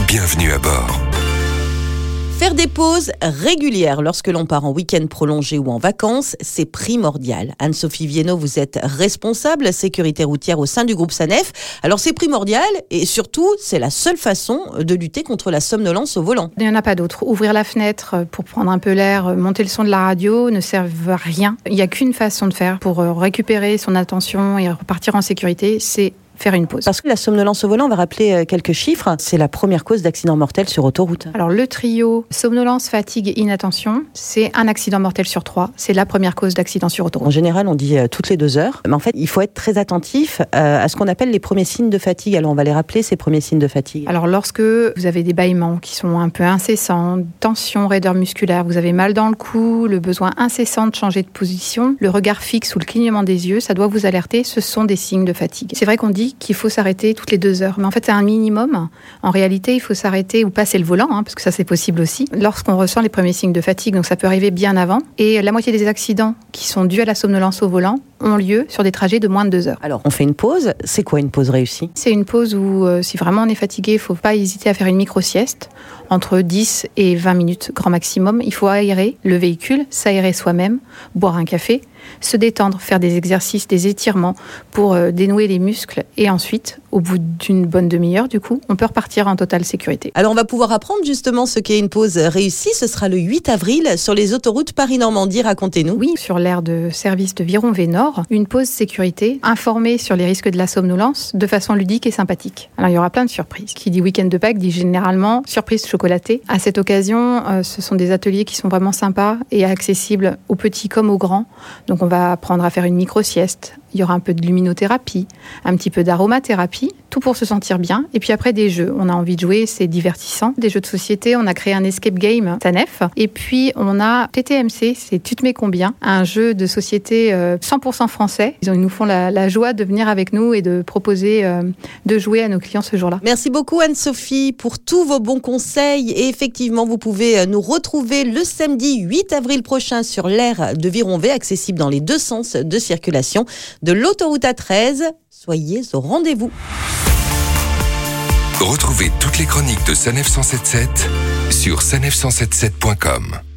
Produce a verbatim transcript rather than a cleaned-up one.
bienvenue à bord. Faire des pauses régulières lorsque l'on part en week-end prolongé ou en vacances, c'est primordial. Anne-Sophie Viennot, vous êtes responsable sécurité routière au sein du groupe SANEF. Alors c'est primordial et surtout, c'est la seule façon de lutter contre la somnolence au volant. Il n'y en a pas d'autre. Ouvrir la fenêtre pour prendre un peu l'air, monter le son de la radio ne sert à rien. Il n'y a qu'une façon de faire pour récupérer son attention et repartir en sécurité, c'est faire une pause. Parce que la somnolence au volant, on va rappeler quelques chiffres, c'est la première cause d'accident mortel sur autoroute. Alors le trio somnolence, fatigue, inattention, c'est un accident mortel sur trois. C'est la première cause d'accident sur autoroute. En général, on dit euh, toutes les deux heures. Mais en fait, il faut être très attentif euh, à ce qu'on appelle les premiers signes de fatigue. Alors on va les rappeler, ces premiers signes de fatigue. Alors lorsque vous avez des bâillements qui sont un peu incessants, tension, raideur musculaire, vous avez mal dans le cou, le besoin incessant de changer de position, le regard fixe ou le clignement des yeux, ça doit vous alerter, ce sont des signes de fatigue. C'est vrai qu'on dit qu'il faut s'arrêter toutes les deux heures. Mais en fait, c'est un minimum. En réalité, il faut s'arrêter ou passer le volant, hein, parce que ça, c'est possible aussi, lorsqu'on ressent les premiers signes de fatigue. Donc, ça peut arriver bien avant. Et la moitié des accidents qui sont dus à la somnolence au volant ont lieu sur des trajets de moins de deux heures. Alors, on fait une pause. C'est quoi une pause réussie ? C'est une pause où, euh, si vraiment on est fatigué, il ne faut pas hésiter à faire une micro-sieste, entre dix et vingt minutes, grand maximum. Il faut aérer le véhicule, s'aérer soi-même, boire un café, se détendre, faire des exercices, des étirements pour euh, dénouer les muscles. Et ensuite, au bout d'une bonne demi-heure, du coup, on peut repartir en totale sécurité. Alors, on va pouvoir apprendre justement ce qu'est une pause réussie. Ce sera le huit avril sur les autoroutes Paris-Normandie. Racontez-nous. Oui, sur l'aire de service de Viron-V-Nord, une pause sécurité, informée sur les risques de la somnolence de façon ludique et sympathique. Alors, il y aura plein de surprises. Qui dit week-end de Pâques dit généralement surprise chocolatée. À cette occasion, euh, ce sont des ateliers qui sont vraiment sympas et accessibles aux petits comme aux grands. Donc, on va apprendre à faire une micro-sieste. Il y aura un peu de luminothérapie, un petit peu d'aromathérapie, tout pour se sentir bien. Et puis après, des jeux. On a envie de jouer, c'est divertissant. Des jeux de société, on a créé un escape game SANEF. Et puis, on a T T M C, c'est Tu te mets combien ? Un jeu de société cent pour cent français. Ils nous font la, la joie de venir avec nous et de proposer euh, de jouer à nos clients ce jour-là. Merci beaucoup Anne-Sophie pour tous vos bons conseils. Et effectivement, vous pouvez nous retrouver le samedi huit avril prochain sur l'aire de Viron-V, accessible dans les deux sens de circulation de l'autoroute A treize. Soyez au rendez-vous. Retrouvez toutes les chroniques de SANEF cent soixante-dix-sept sur sanef cent soixante-dix-sept point com.